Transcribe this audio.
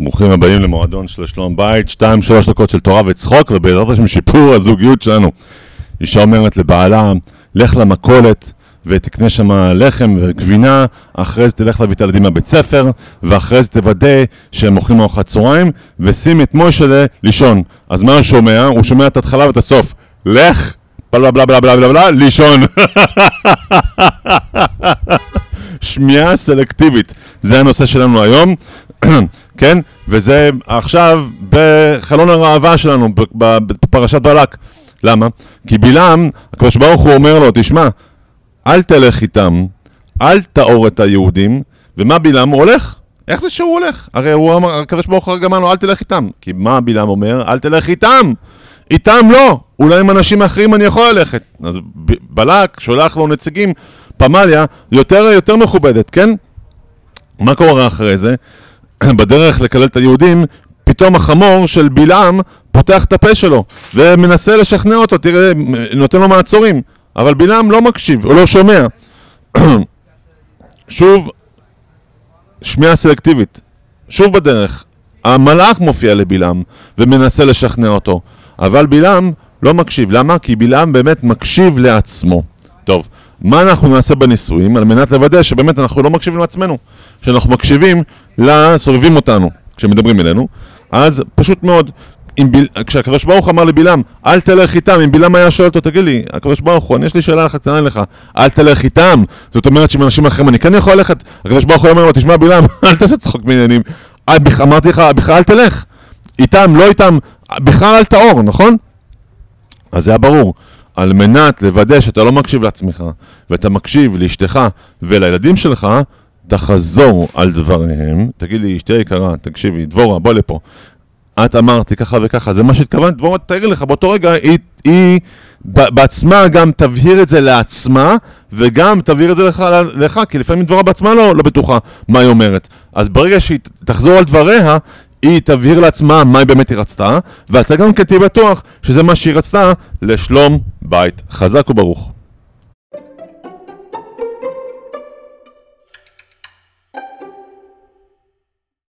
ברוכים הבאים למועדון של שלום בית, 2-3 דקות של תורה וצחוק, ובעזרת השם שיפור הזוגיות שלנו. אישה אומרת לבעלה, לך למכולת ותקנה שם לחם וגבינה, אחרי זה תלך להביא את הילדים מהבית ספר, ואחרי זה תוודא שהם אוכלים ארוחת צהריים, ושים את מוישה לישון. אז מה הוא שומע? הוא שומע את ההתחלה ואת הסוף. לך, בלה בלה בלה בלה בלה בלה, לישון. שמיעה סלקטיבית, זה הנושא שלנו היום. כן, וזה עכשיו בחלון הראווה שלנו בפרשת בלק. למה? כי בלעם, הקדוש ברוך הוא אומר לו, תשמע, אל תלך איתם, אל תאור את היהודים. ומה בלעם הולך? איך זה שהוא הולך? הרי הוא אמר, הקדוש ברוך הוא גם אמר לו, אל תלך איתם. כי מה בלעם אומר? אל תלך איתם. איתם לא, אולי עם אנשים אחרים אני יכול ללכת. אז בלק שולח לו נציגים, פמליה יותר מכובדת, כן? מה קורה אחרי זה? בדרך לקלל את היהודים, פתאום החמור של בלעם פותח את הפה שלו ומנסה לשכנע אותו, תראה, נותן לו מעצורים, אבל בלעם לא מקשיב, הוא לא שומע. שוב, שמיעה סלקטיבית, שוב בדרך, המלאך מופיע לבלעם ומנסה לשכנע אותו, אבל בלעם לא מקשיב. למה? כי בלעם באמת מקשיב לעצמו. טוב, מה אנחנו נעשה בניסויים על מנת לוודא שבאמת אנחנו לא מקשיבים לעצמנו, שאנחנו מקשיבים לסובבים אותנו כשמדברים אלינו? אז פשוט מאוד, כשהקדוש ברוך הוא אמר לבלעם, אל תלך איתם, אם בלעם היה שואל אותו, תגיד לי, הקדוש ברוך הוא, יש לי שאלה לך, קטנה לך, אל תלך איתם, זאת אומרת שעם אנשים אחרים אני כן יכול ללכת. הקדוש ברוך הוא אומר לו, תשמע בלעם, אל תעשה צחוק מעניינים, אמרתי לך, בכלל אל תלך, איתם, לא איתם, בכלל אל תאור, נכון? אז זה היה ברור. על מנת לוודא שאתה לא מקשיב לעצמך, ואתה מקשיב לאשתך ולילדים שלך, תחזור על דבריהם. תגיד לי, אשתי יקרה, תקשיבי, דבורה, בוא לפה. את אמרתי ככה וככה, זה מה שהתכוונת, דבורה תאיר לך, באותו רגע היא בעצמה גם תבהיר את זה לעצמה, וגם תבהיר את זה לך, כי לפעמים דבורה בעצמה לא בטוחה מה היא אומרת. אז ברגע שהיא תחזור על דבריה, היא תבהיר לעצמה מה היא באמת היא רצתה, ואתה גם כן תהיה בטוח שזה מה שהיא רצתה לשלום בית. חזק וברוך.